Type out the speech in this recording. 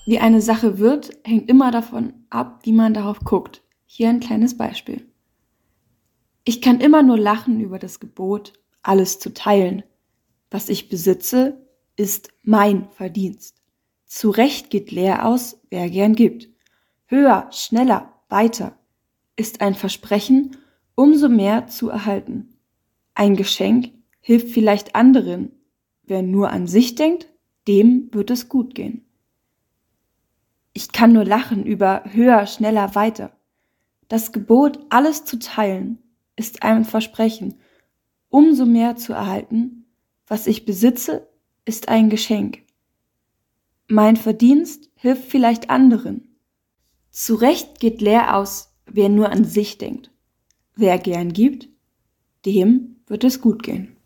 Wie eine Sache wird, hängt immer davon ab, wie man darauf guckt. Hier ein kleines Beispiel. Ich kann immer nur lachen über das Gebot, alles zu teilen. Was ich besitze, ist mein Verdienst. Zu Recht geht leer aus, wer gern gibt. Höher, schneller, weiter ist ein Versprechen, umso mehr zu erhalten. Ein Geschenk hilft vielleicht anderen. Wer nur an sich denkt, dem wird es gut gehen. Ich kann nur lachen über höher, schneller, weiter. Das Gebot, alles zu teilen, ist ein Versprechen, umso mehr zu erhalten. Was ich besitze, ist ein Geschenk. Mein Verdienst hilft vielleicht anderen. Zu Recht geht leer aus, wer nur an sich denkt. Wer gern gibt, dem wird es gut gehen.